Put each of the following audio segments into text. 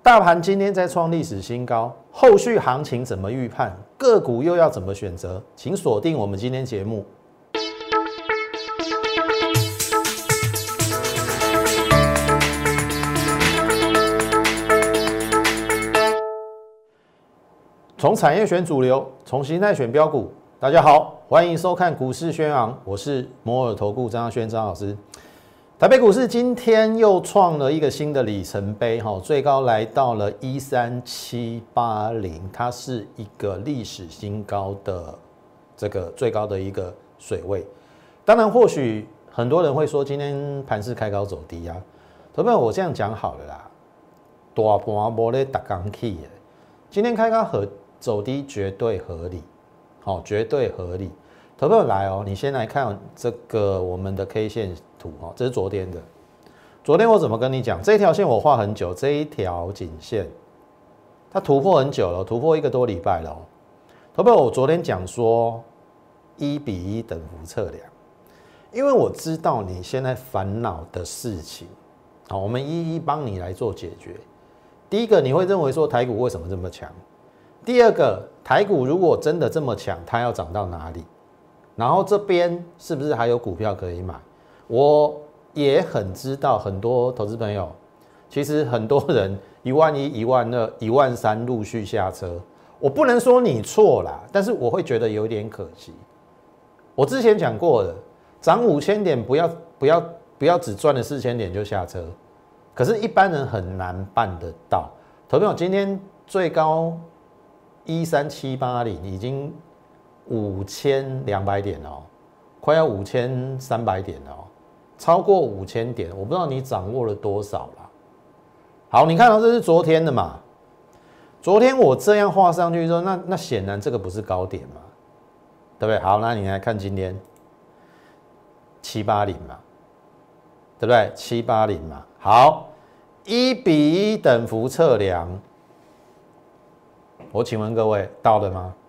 大盘今天再创历史新高，后续行情怎么预判？个股又要怎么选择？请锁定我们今天节目。从产业选主流，从形态选标股。大家好，欢迎收看股市轩昂，我是摩尔投顾张轩张老师。台北股市今天又创了一个新的里程碑，最高来到了13780，它是一个历史新高的这个最高的一个水位。当然，或许很多人会说，今天盘势开高走低啊。投票我这样讲好了啦，大盘没咧打刚起的，今天开高走低绝对合理，绝对合理。投票来哦，你先来看这个我们的 K 线图哦，这是昨天的。昨天我怎么跟你讲？这一条线我画很久，这一条颈线它突破很久了，突破1个多礼拜了哦。投票我昨天讲说1:1等幅测量，因为我知道你现在烦恼的事情，好，我们一一帮你来做解决。第一个，你会认为说台股为什么这么强？第二个，台股如果真的这么强，它要涨到哪里？然后这边是不是还有股票可以买？我也很知道很多投资朋友，其实很多人11000、12000、13000陆续下车。我不能说你错啦，但是我会觉得有点可惜。我之前讲过了，涨5000点不要只赚了4000点就下车，可是一般人很难办得到。投资朋友，今天最高13780已经5200点哦，快要5300点哦，超过5000点，我不知道你掌握了多少啦。好，你看到这是昨天的嘛？昨天我这样画上去之后，那显然这个不是高点嘛，对不对？好，那你来看今天780嘛，对不对？780嘛，好，1:1等幅测量，我请问各位到了吗？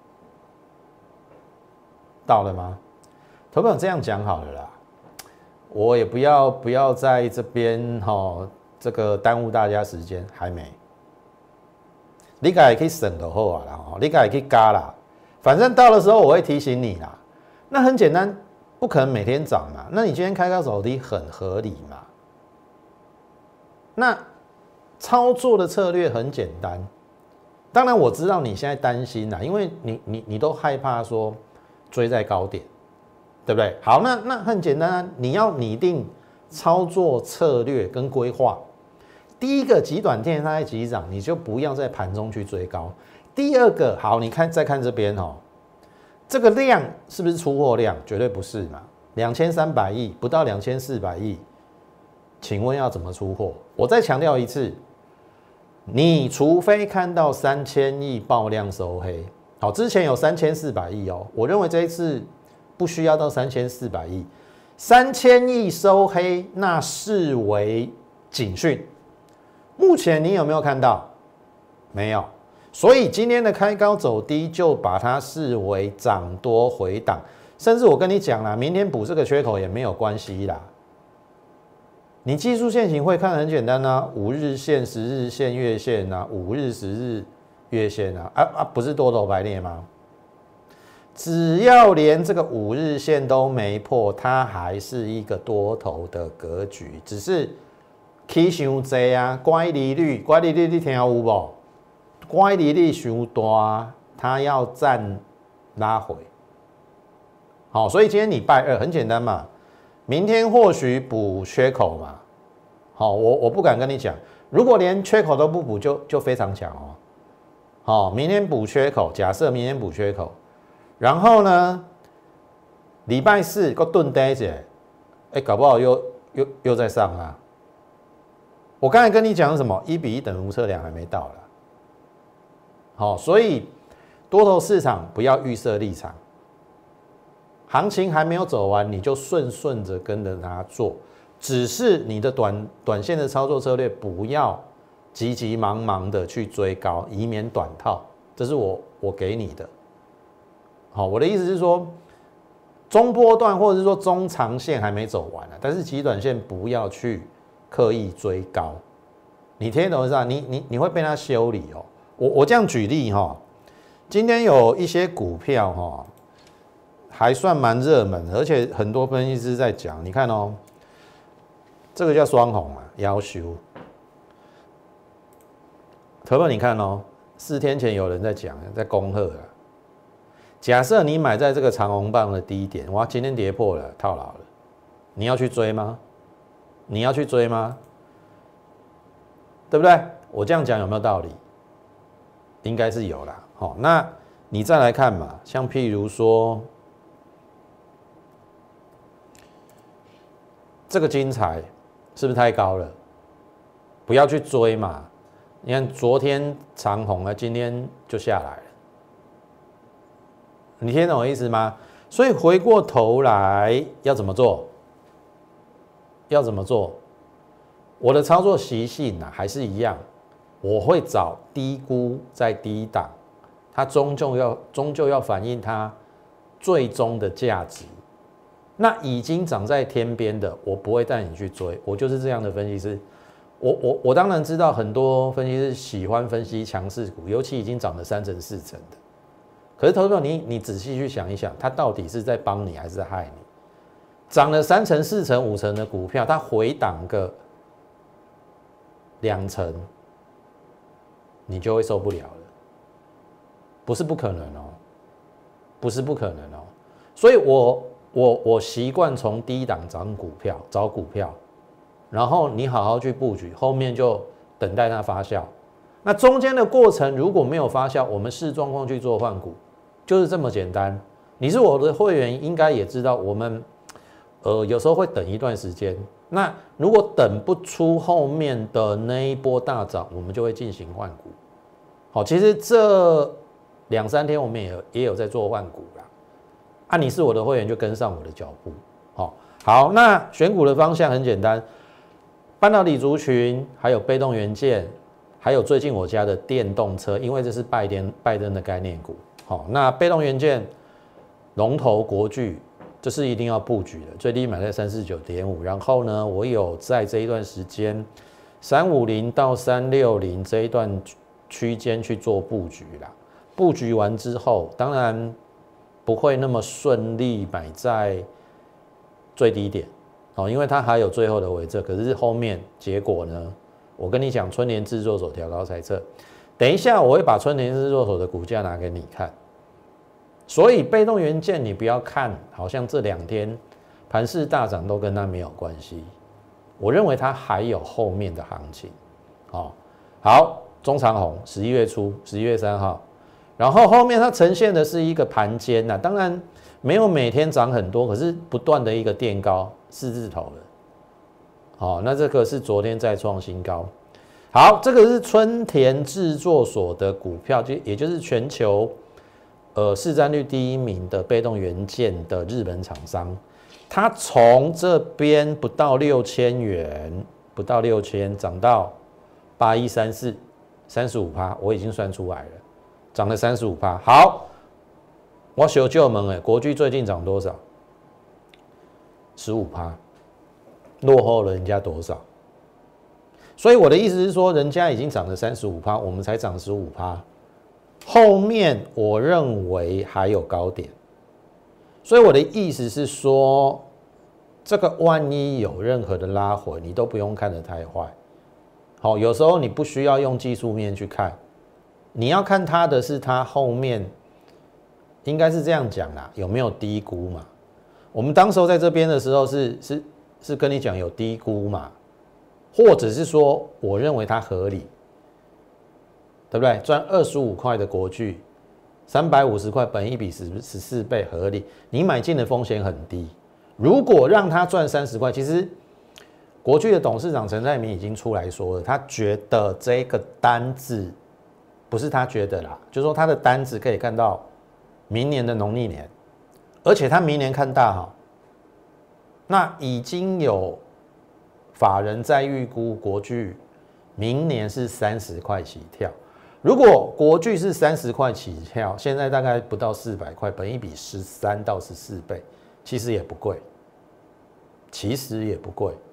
到了吗？投票这样讲好了啦，我也不要在这边这个耽误大家时间，还没。你也可以省就好啊啦，你也可以加啦，反正到的时候我会提醒你啦。那很简单，不可能每天涨嘛，那你今天开高走低很合理嘛。那操作的策略很简单，当然我知道你现在担心啦，因为你都害怕说追在高点，对不对？好，那很简单啊，你要拟定操作策略跟规划。第一个，极短线它在急涨，你就不要在盘中去追高。第二个，好，你看再看这边哦，这个量是不是出货量？绝对不是嘛，2300亿不到2400亿，请问要怎么出货？我再强调一次，你除非看到3000亿爆量收黑。好，之前有3400亿哦，我认为这一次不需要到3400亿，3000亿收黑，那视为警讯。目前你有没有看到？没有，所以今天的开高走低就把它视为涨多回档，甚至我跟你讲啦，明天补这个缺口也没有关系啦。你技术线型会看很简单啊，5日线、10日线、月线啊，5日、10日。月线啊，不是多头排列吗？只要连这个5日线都没破，它还是一个多头的格局，只是起伤济啊，乖离率你听有无？乖离率伤大，它要站拉回。好，所以今天礼拜二很简单嘛，明天或许补缺口嘛。好，我不敢跟你讲，如果连缺口都不补，就非常强哦。好，明天补缺口，假设明天补缺口，然后呢，礼拜四个顿呆着，搞不好又在上啊。我刚才跟你讲什么？1:1等幅测量还没到啦。好，所以多头市场不要预设立场，行情还没有走完，你就顺着跟着它做，只是你的短线的操作策略不要急忙的去追高，以免短套，这是我给你的。好，我的意思是说，中波段或者是说中长线还没走完啊，但是极短线不要去刻意追高。 你听懂是吧？你会被它修理哦。我这样举例哈，今天有一些股票哈，还算蛮热门的，而且很多分析师在讲。你看哦，这个叫双红啊，夭寿。投资你看哦，4天前有人在讲，在恭贺啊。假设你买在这个长红棒的低点，哇，今天跌破了，套牢了，你要去追吗？你要去追吗？对不对？我这样讲有没有道理？应该是有啦。好，那你再来看嘛，像譬如说这个精彩是不是太高了？不要去追嘛。你看昨天长红了，今天就下来了。你听懂我意思吗？所以回过头来要怎么做？要怎么做？我的操作习性啊，还是一样，我会找低估在低档，它终究要反映它最终的价值。那已经涨在天边的，我不会带你去追，我就是这样的分析师。我当然知道很多分析师喜欢分析强势股，尤其已经涨了3成4成的。可是投资者，你仔细去想一想，它到底是在帮你还是在害你？涨了3成4成5成的股票，它回档个2成，你就会受不了了。不是不可能哦，不是不可能哦。所以我习惯从低档找股票，然后你好好去布局，后面就等待它发酵。那中间的过程如果没有发酵，我们视状况去做换股，就是这么简单。你是我的会员，应该也知道我们有时候会等一段时间。那如果等不出后面的那一波大涨，我们就会进行换股。好，其实这2、3天我们也有在做换股啦。啊，你是我的会员就跟上我的脚步。好，那选股的方向很简单，半导体族群，还有被动元件，还有最近我家的电动车，因为这是拜登的概念股。好，那被动元件龙头国巨，这是一定要布局的，最低买在349.5，然后呢，我有在这一段时间350到360这一段区间去做布局啦。布局完之后，当然不会那么顺利买在最低点，因为它还有最后的回撤。可是后面结果呢？我跟你讲，春联制作所调高猜测，等一下我会把春联制作所的股价拿给你看。所以被动元件你不要看，好像这2天盘势大涨都跟它没有关系。我认为它还有后面的行情。好，中长红11月初11月3号，然后后面它呈现的是一个盘间呐，当然没有每天涨很多，可是不断的一个垫高4字头的。那这个是昨天再创新高。好，这个是春田制作所的股票，也就是全球市占率第1名的被动元件的日本厂商，它从这边不到6000元，不到6000涨到8134， 35%，我已经算出来了，涨了35%。好，我小舅们国巨最近涨多少？15%，落后了人家多少？所以我的意思是说，人家已经涨了35%，我们才涨15%。后面我认为还有高点，所以我的意思是说，这个万一有任何的拉回，你都不用看得太坏。好，有时候你不需要用技术面去看，你要看它的是它后面，应该是这样讲啦，有没有低估嘛？我们当时候在这边的时候是跟你讲有低估嘛，或者是说我认为它合理。对不对？赚25块的国巨，350块，本益比14倍，合理。你买进的风险很低。如果让他赚30块，其实国巨的董事长陈泰明已经出来说了，他觉得这个单子不是他觉得啦，就是说他的单子可以看到明年的农历年，而且他明年看大好。那已经有法人在预估国巨明年是30块起跳。如果国巨是30块起跳，现在大概不到400块，本益比13到14倍，其实也不贵，其实也不贵。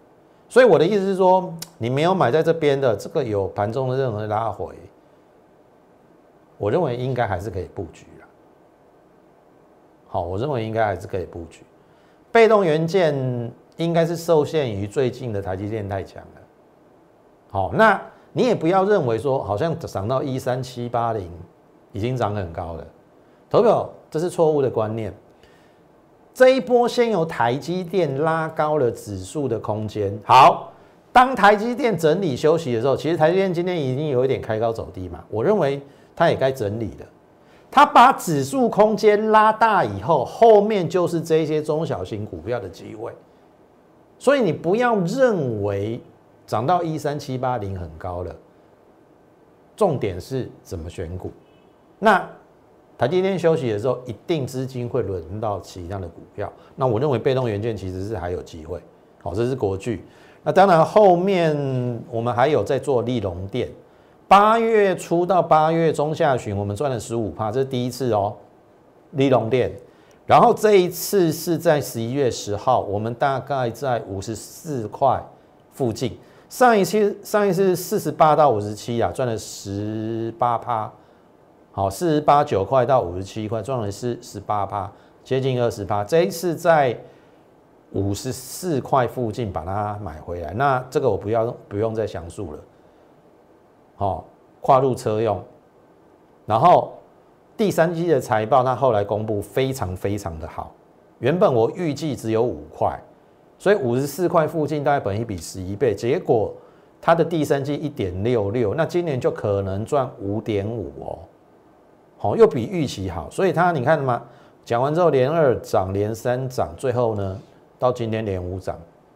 所以我的意思是说，你没有买在这边的，这个有盘中的任何拉回，我认为应该还是可以布局啦。好，我认为应该还是可以布局。被动元件应该是受限于最近的台积电太强了。好，那你也不要认为说好像涨到13780已经涨很高了，投票这是错误的观念。这一波先由台积电拉高了指数的空间。好，当台积电整理休息的时候，其实台积电今天已经有一点开高走低嘛，我认为它也该整理了。它把指数空间拉大以后，后面就是这些中小型股票的机会。所以你不要认为涨到13780很高了，重点是怎么选股。那台积电休息的时候，一定资金会轮到其他的股票。那我认为被动元件其实是还有机会。好，这是国巨。那当然后面我们还有在做立隆电，8月初到8月中下旬，我们赚了15%，这是第一次哦，立隆电。然后这一次是在11月10号，我们大概在54块附近。上一次是48到57啊，赚了18%。好，48、9块到57块，赚的是18%，接近20%。这一次在54块附近把它买回来，那这个我不用再详述了。好，跨入车用，然后第三季的财报，它后来公布非常非常的好。原本我预计只有5块，所以54块附近大概本益比11倍，结果它的第三季1.66，那今年就可能赚5.5哦。好，又比预期好，所以它你看嘛，讲完之后连2涨，连3涨，最后呢到今天连5涨。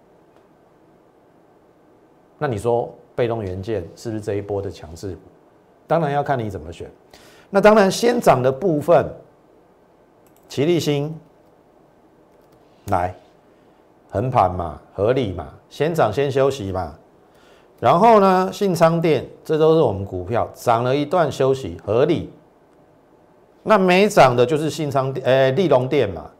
那你说被动元件是不是这一波的强势股？当然要看你怎么选。那当然先涨的部分，奇力新来横盘嘛，合理嘛，先涨先休息嘛。然后呢，信昌电这都是我们股票涨了一段休息，合理。那没涨的就是信昌电，立隆电嘛，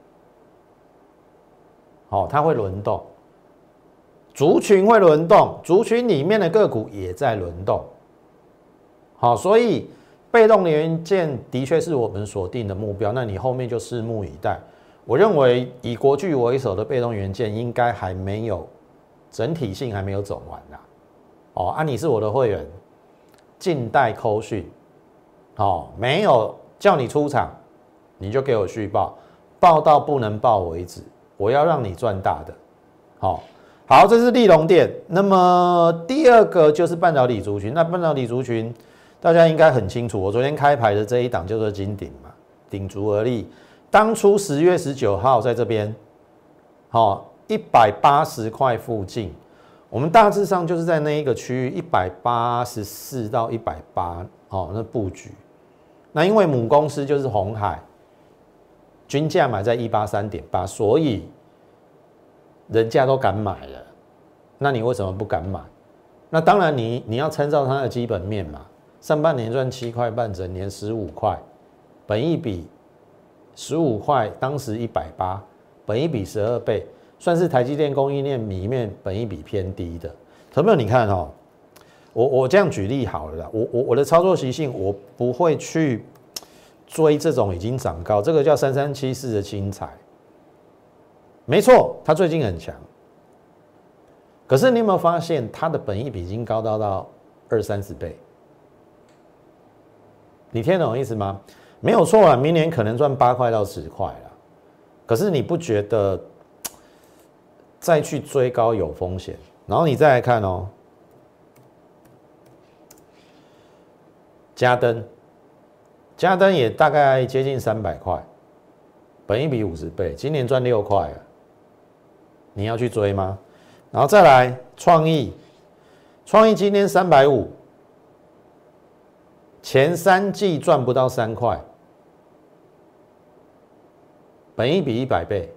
好，它会轮动，族群会轮动，族群里面的个股也在轮动，好，所以被动元件的确是我们锁定的目标，那你后面就拭目以待。我认为以国巨为首的被动元件应该还没有整体性还没有走完啦，哦，你是我的会员，静待扣讯，没有叫你出场，你就给我续报，报到不能报为止，我要让你赚大的。好，这是立隆电。那么第二个就是半导体族群，那半导体族群大家应该很清楚，我昨天开牌的这一档叫做金鼎嘛，鼎足而立。当初10月19号在这边，180块附近，我们大致上就是在那一个区域184到180，那布局。那因为母公司就是鸿海，均价买在183.8，所以人家都敢买了，那你为什么不敢买？那当然你要参照它的基本面嘛，上半年赚7块半，整年15块，本益比15块，当时180，本益比12倍，算是台积电供应链里面本益比偏低的。朋友，你看我这样举例好了啦，我的操作习性，我不会去追这种已经涨高，这个叫3374的精彩，没错，它最近很强。可是你有没有发现，它的本益比已经高到20-30倍？你听懂意思吗？没有错啦，明年可能赚8块到10块啦。可是你不觉得再去追高有风险？然后你再来看嘉登也大概接近300块，本益比50倍，今年赚6块了，你要去追吗？然后再来创意今天350，前3季赚不到3块，本益比100倍，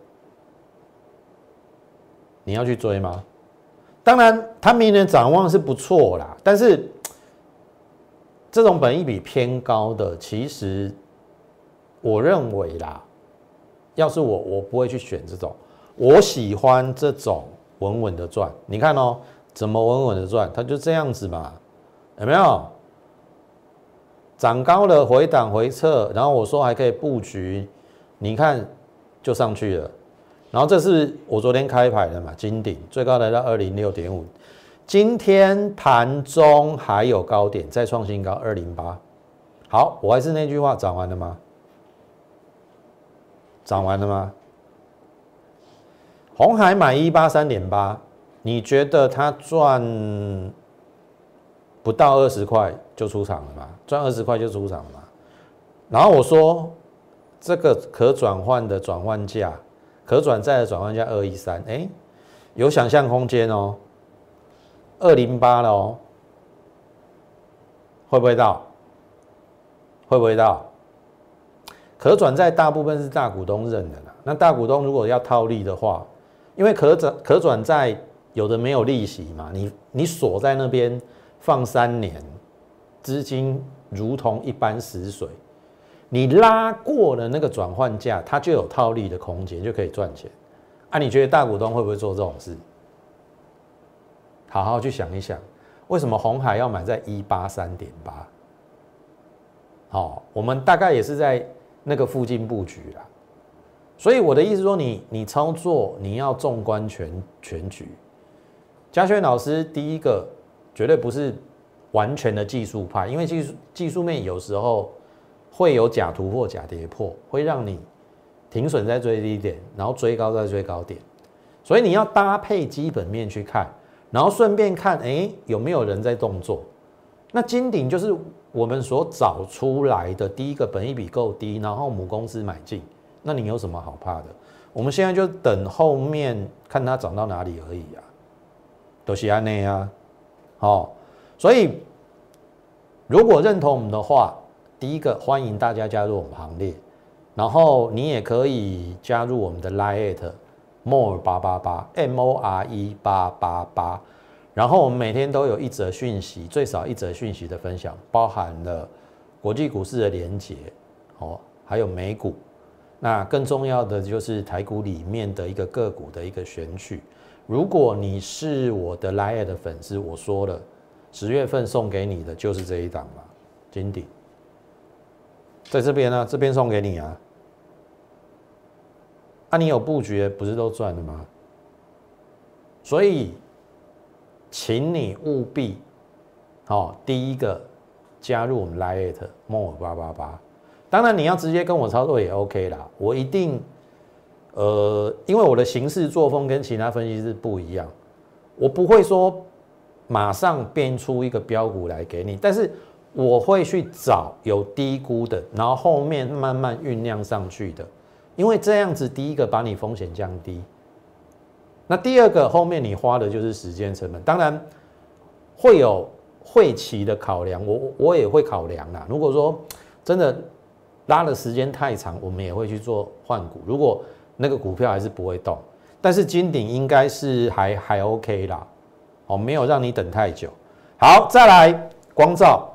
你要去追吗？当然，它明年展望是不错啦，但是这种本益比偏高的，其实我认为啦，要是我不会去选这种，我喜欢这种稳稳的赚。你看哦，怎么稳稳的赚？它就这样子嘛，有没有？涨高了回档回撤，然后我说还可以布局，你看就上去了。然后这是我昨天开牌的嘛，金鼎最高来到206.5，今天盘中还有高点再创新高208。好，我还是那句话，涨完了吗？涨完了吗？鸿海买183.8，你觉得它赚不到20块就出场了嘛？赚20块就出场了嘛？然后我说这个可转换的转换价。可转债的转换价213，有想象空间哦，208了哦，会不会到？会不会到？可转债大部分是大股东认的啦，那大股东如果要套利的话，因为可转债有的没有利息嘛，你锁在那边放3年，资金如同一般死水。你拉过了那个转换价，它就有套利的空间，就可以赚钱。啊，你觉得大股东会不会做这种事？好好去想一想，为什么鸿海要买在183.8？好，我们大概也是在那个附近布局啦。所以我的意思说你操作你要纵观全局。嘉轩老师第一个绝对不是完全的技术派，因为技术面有时候会有假突破、假跌破，会让你停损在最低点，然后追高在最高点。所以你要搭配基本面去看，然后顺便看，有没有人在动作。那金鼎就是我们所找出来的第一个本益比够低，然后母公司买进，那你有什么好怕的？我们现在就等后面看它涨到哪里而已啊，都是安内啊。好，所以如果认同我们的话，第一个，欢迎大家加入我们行列，然后你也可以加入我们的 Line more888 MORE888，然后我们每天都有一则讯息，最少一则讯息的分享，包含了国际股市的连结，还有美股，那更重要的就是台股里面的一个个股的一个选取。如果你是我的 Line 的粉丝，我说了，10月份送给你的就是这一档嘛，金鼎。在这边呢，这边送给你啊，你有布局不是都赚了吗？所以，请你务必，第一个加入我们 Line more888，当然你要直接跟我操作也 OK 啦，我一定，因为我的行事作风跟其他分析师不一样，我不会说马上变出一个标股来给你，但是我会去找有低估的，然后后面慢慢酝酿上去的，因为这样子，第一个把你风险降低，那第二个后面你花的就是时间成本，当然会有会期的考量，我也会考量啦。如果说真的拉的时间太长，我们也会去做换股，如果那个股票还是不会动，但是金鼎应该是还 OK 啦，没有让你等太久。好，再来光罩。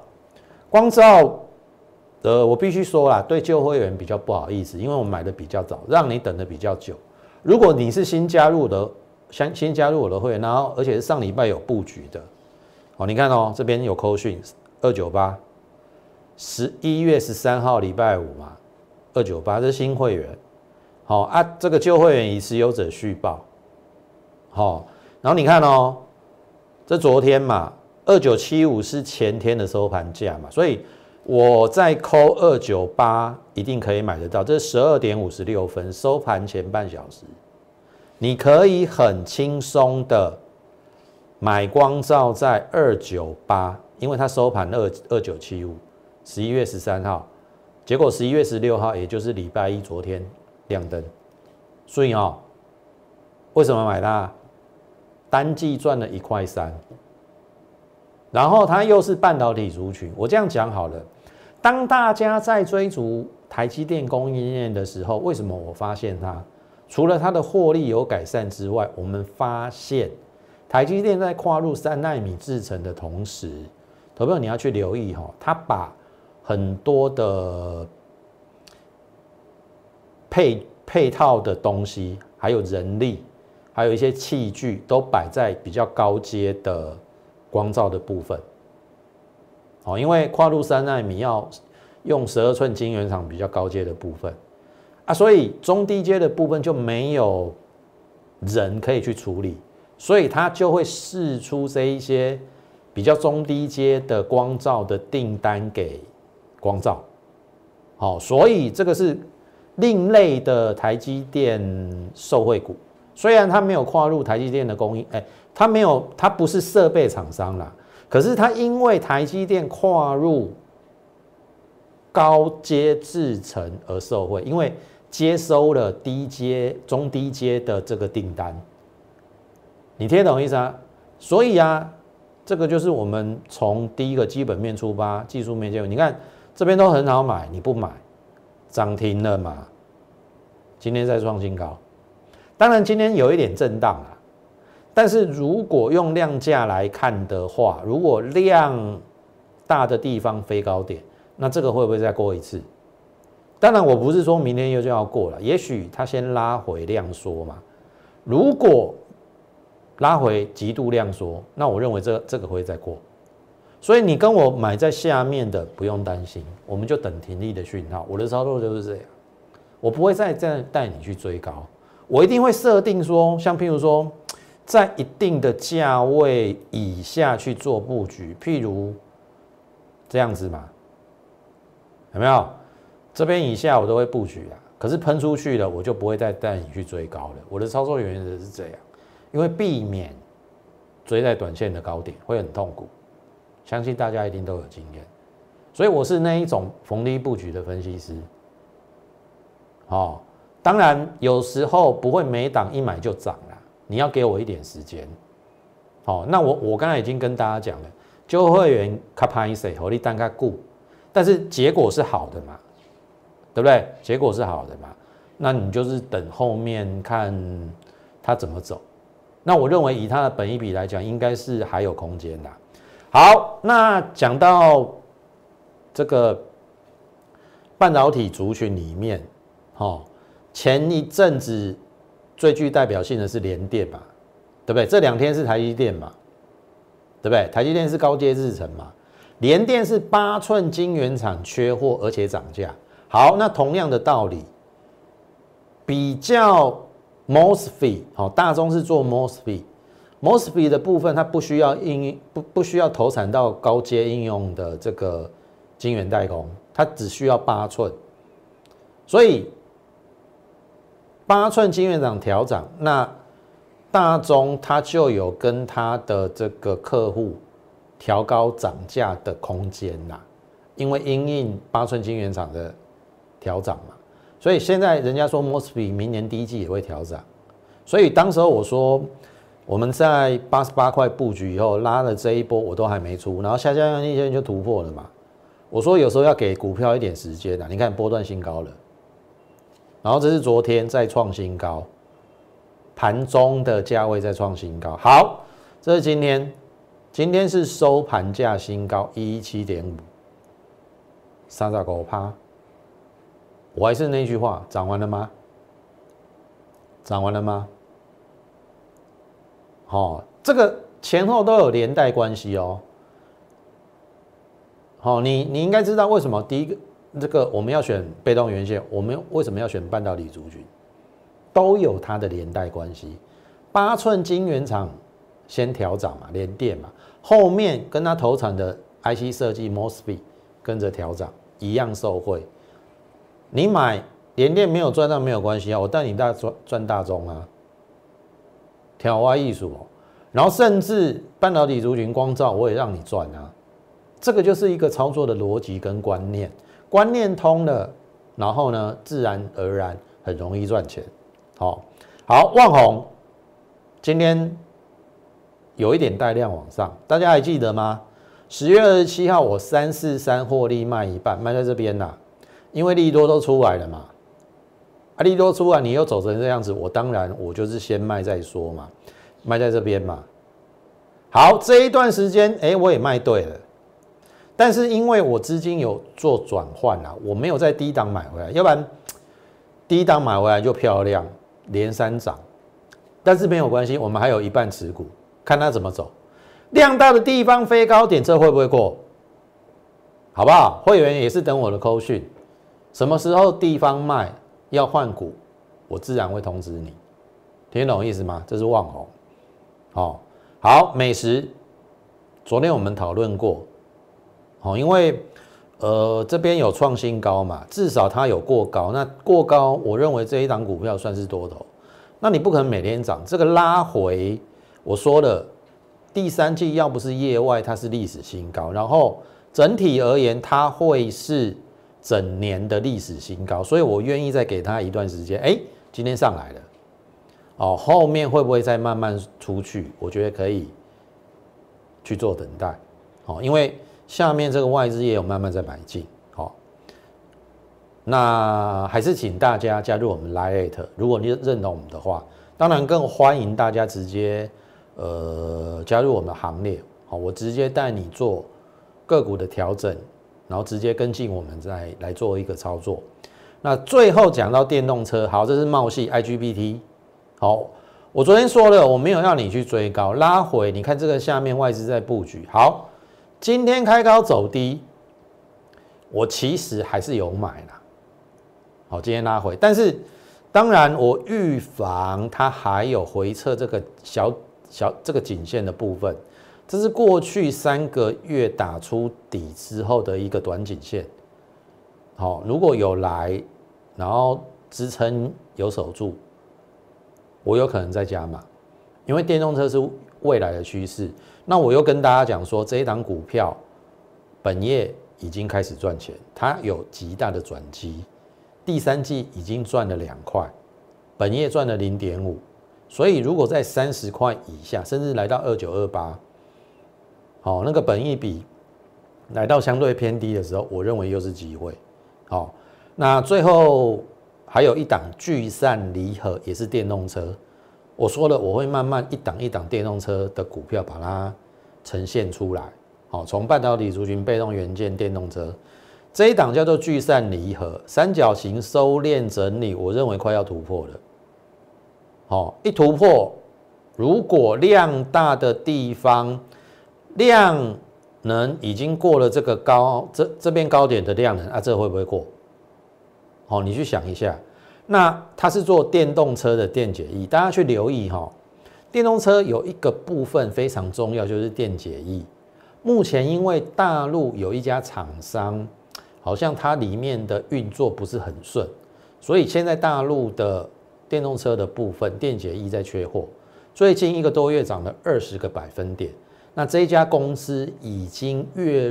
我必须说啦，对旧会员比较不好意思，因为我买的比较早，让你等的比较久。如果你是新加入我的会员，然后而且是上礼拜有布局的，你看这边有扣讯298， 11月13号礼拜五嘛，298这是新会员，这个旧会员以持有者续报，然后你看这昨天嘛。2975是前天的收盘价嘛，所以我再扣298一定可以买得到。这是12点56分收盘前半小时，你可以很轻松的买光罩在298，因为它收盘2975， 11月13号，结果11月16号，也就是礼拜一昨天亮灯，所以为什么买它？单季赚了1.3块。然后它又是半导体族群，我这样讲好了。当大家在追逐台积电供应链的时候，为什么我发现它除了它的获利有改善之外，我们发现台积电在跨入3奈米制程的同时，投票你要去留意它把很多的配套的东西，还有人力， 还有一些器具都摆在比较高阶的光罩的部分。因为跨入3奈米要用12寸晶圆厂比较高阶的部分啊，所以中低阶的部分就没有人可以去处理，所以它就会释出这一些比较中低阶的光罩的订单给光罩。所以这个是另类的台积电受惠股，虽然它没有跨入台积电的供应，它不是设备厂商啦。可是它因为台积电跨入高阶制程而受惠，因为接收了低阶、中低阶的这个订单，你听懂意思啊？所以啊，这个就是我们从第一个基本面出发，技术面结果，你看这边都很好买，你不买，涨停了嘛？今天再创新高，当然今天有一点震荡啦。但是如果用量价来看的话，如果量大的地方飞高点，那这个会不会再过一次？当然我不是说明天又就要过了，也许它先拉回量缩嘛。如果拉回极度量缩，那我认为这个会再过。所以你跟我买在下面的不用担心，我们就等停利的讯号。我的操作就是这样，我不会再带你去追高，我一定会设定说，像譬如说。在一定的价位以下去做布局，譬如这样子嘛，有没有？这边以下我都会布局啦，可是喷出去了，我就不会再带你去追高了。我的操作原则是这样，因为避免追在短线的高点会很痛苦，相信大家一定都有经验，所以我是那一种逢低布局的分析师。当然有时候不会每档一买就涨啦。你要给我一点时间，那我刚才已经跟大家讲了，就会员较歹势，火力单较固，但是结果是好的嘛，对不对？结果是好的嘛，那你就是等后面看它怎么走。那我认为以它的本益比来讲，应该是还有空间的。好，那讲到这个半导体族群里面，前一阵子。最具代表性的是联电嘛，对不对？这2天是台积电嘛，对不对？台积电是高阶制程嘛，联电是8寸晶圆厂缺货而且涨价。好，那同样的道理，比较 MOSFET， 大宗是做 MOSFET 的部分，它不需要投产到高阶应用的这个晶圆代工，它只需要8寸，所以。8寸晶圆厂调涨，那大宗它就有跟它的这个客户调高涨价的空间啦，因为因应8寸晶圆厂的调涨嘛，所以现在人家说 MOSFET 明年第一季也会调涨，所以当时候我说我们在88块布局以后拉了这一波我都还没出，然后下降一天就突破了嘛，我说有时候要给股票一点时间啦，你看波段新高了。然后这是昨天再创新高，盘中的价位再创新高。好，这是今天是收盘价新高117.5， 39%。我还是那句话，涨完了吗？涨完了吗？这个前后都有连带关系哦。你应该知道为什么第一个。这个我们要选被动元件，我们为什么要选半导体族群？都有它的连带关系。8寸晶圆厂先调涨嘛，联电嘛，后面跟它投产的 IC 设计 MOSFET 跟着调涨，一样受惠。你买联电没有赚到没有关系啊，我带你赚大宗啊，挑花艺术哦。然后甚至半导体族群光罩我也让你赚啊，这个就是一个操作的逻辑跟观念。观念通了，然后呢，自然而然很容易赚钱。好，旺宏今天有一点带量往上，大家还记得吗？10月27号我343获利卖一半，卖在这边啦，因为利多都出来了嘛。利多出来，你又走成这样子，当然我就是先卖再说嘛，卖在这边嘛。好，这一段时间，我也卖对了。但是因为我资金有做转换啦，我没有在低档买回来，要不然低档买回来就漂亮，连3涨。 但是没有关系，我们还有一半持股，看它怎么走。量大的地方飞高点，这会不会过？好不好？会员也是等我的扣讯，什么时候地方卖要换股，我自然会通知你。听懂意思吗？这是旺宏。好，美食，昨天我们讨论过，因为这边有创新高嘛，至少它有过高，那过高，我认为这一档股票算是多头。那你不可能每天涨，这个拉回，我说了，第三季要不是业外，它是历史新高，然后整体而言，它会是整年的历史新高，所以我愿意再给它一段时间。今天上来了，后面会不会再慢慢出去？我觉得可以去做等待，因为下面这个外资也有慢慢在买进，那还是请大家加入我们 Line， 如果你认同我们的话，当然更欢迎大家直接加入我们的行列，我直接带你做个股的调整，然后直接跟进我们再来做一个操作。那最后讲到电动车，好，这是茂系 IGBT， 好，我昨天说了，我没有要你去追高，拉回，你看这个下面外资在布局，好，今天开高走低，我其实还是有买啦。好，今天拉回，但是当然我预防它还有回撤这个这个颈线的部分，这是过去3个月打出底之后的一个短颈线。好，如果有来，然后支撑有守住，我有可能再加码，因为电动车是未来的趋势。那我又跟大家讲说，这一档股票本业已经开始赚钱，它有极大的转机。第三季已经赚了2块，本业赚了 0.5， 所以如果在30块以下，甚至来到2928，那个本益比来到相对偏低的时候，我认为又是机会。那最后还有一档聚散离合，也是电动车。我说了，我会慢慢一档一档电动车的股票把它呈现出来。从半导体族群、被动元件、电动车。这一档叫做聚散离合，三角形收敛整理，我认为快要突破了。一突破，如果量大的地方，量能已经过了这个这边高点的量能啊，这会不会过？你去想一下。那它是做电动车的电解液，大家去留意电动车有一个部分非常重要，就是电解液。目前因为大陆有一家厂商，好像它里面的运作不是很顺，所以现在大陆的电动车的部分电解液在缺货，最近1个多月涨了20个百分点。那这一家公司已经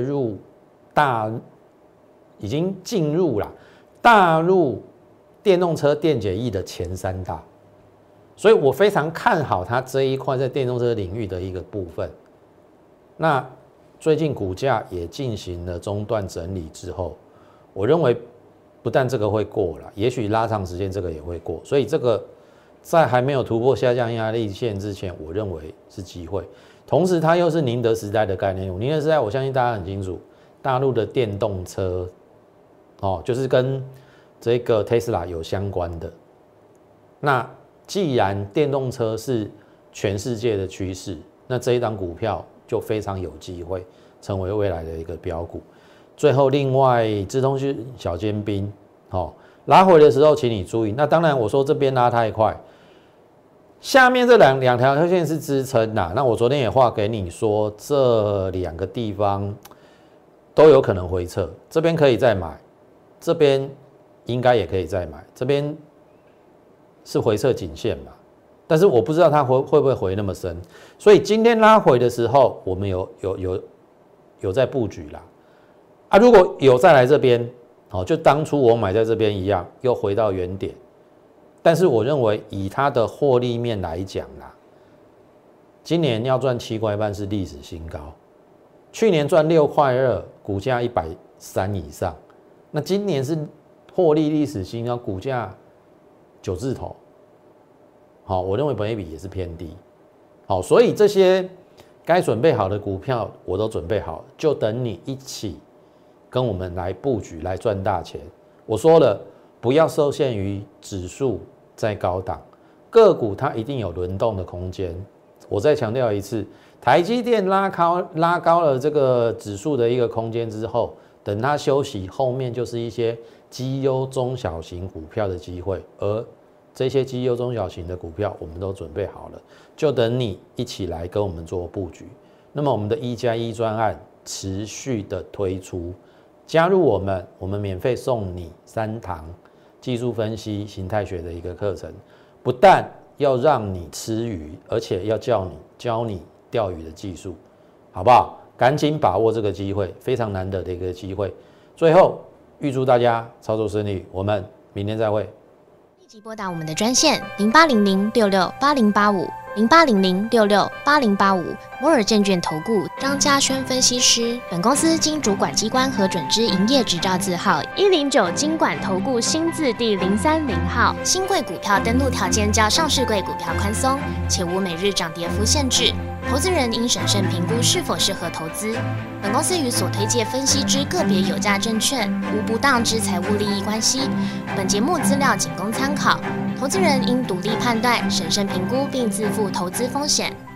已经进入了大陆电动车电解液的前3大，所以我非常看好它这一块在电动车领域的一个部分。那最近股价也进行了中段整理之后，我认为不但这个会过了，也许拉长时间这个也会过，所以这个在还没有突破下降压力线之前，我认为是机会。同时，它又是宁德时代的概念股，宁德时代我相信大家很清楚，大陆的电动车，就是跟这个 Tesla 有相关的。那既然电动车是全世界的趋势，那这一档股票就非常有机会成为未来的一个标股。最后，另外资通讯小尖兵，拉回的时候，请你注意。那当然，我说这边拉太快，下面这两条线是支撑呐。那我昨天也画给你说，这2个地方都有可能回撤，这边可以再买，这边应该也可以再买，这边是回撤颈线嘛。但是我不知道它会不会回那么深，所以今天拉回的时候，我们有在布局啦。如果有再来这边，就当初我买在这边一样，又回到原点。但是我认为以它的获利面来讲啦，今年要赚7块半是历史新高，去年赚6块2，股价130以上，那今年是获利历史新高，股价9字头。我认为本益比也是偏低。所以这些该准备好的股票我都准备好，就等你一起跟我们来布局，来赚大钱。我说了，不要受限于指数在高档， 个股它一定有轮动的空间。我再强调一次，台积电拉高了这个指数的一个空间之后，等它休息，后面就是一些绩优中小型股票的机会，而这些绩优中小型的股票我们都准备好了，就等你一起来跟我们做布局。那么我们的1+1专案持续的推出，加入我们免费送你3堂技术分析、形态学的一个课程，不但要让你吃鱼，而且要教你钓鱼的技术，好不好？赶紧把握这个机会，非常难得的一个机会。最后，预祝大家操作顺利，我们明天再会。 立即拨打我们的专线08006680850800668085摩尔证券投顾张嘉轩分析师。本公司经主管机关核准之营业执照字号109金管投顾新字第030号。新贵股票登录条件较上市贵股票宽松，且无每日涨跌幅限制。投资人应审慎评估是否适合投资。本公司与所推介分析之个别有价证券无不当之财务利益关系。本节目资料仅供参考，投资人应独立判断、审慎评估并自负投资风险。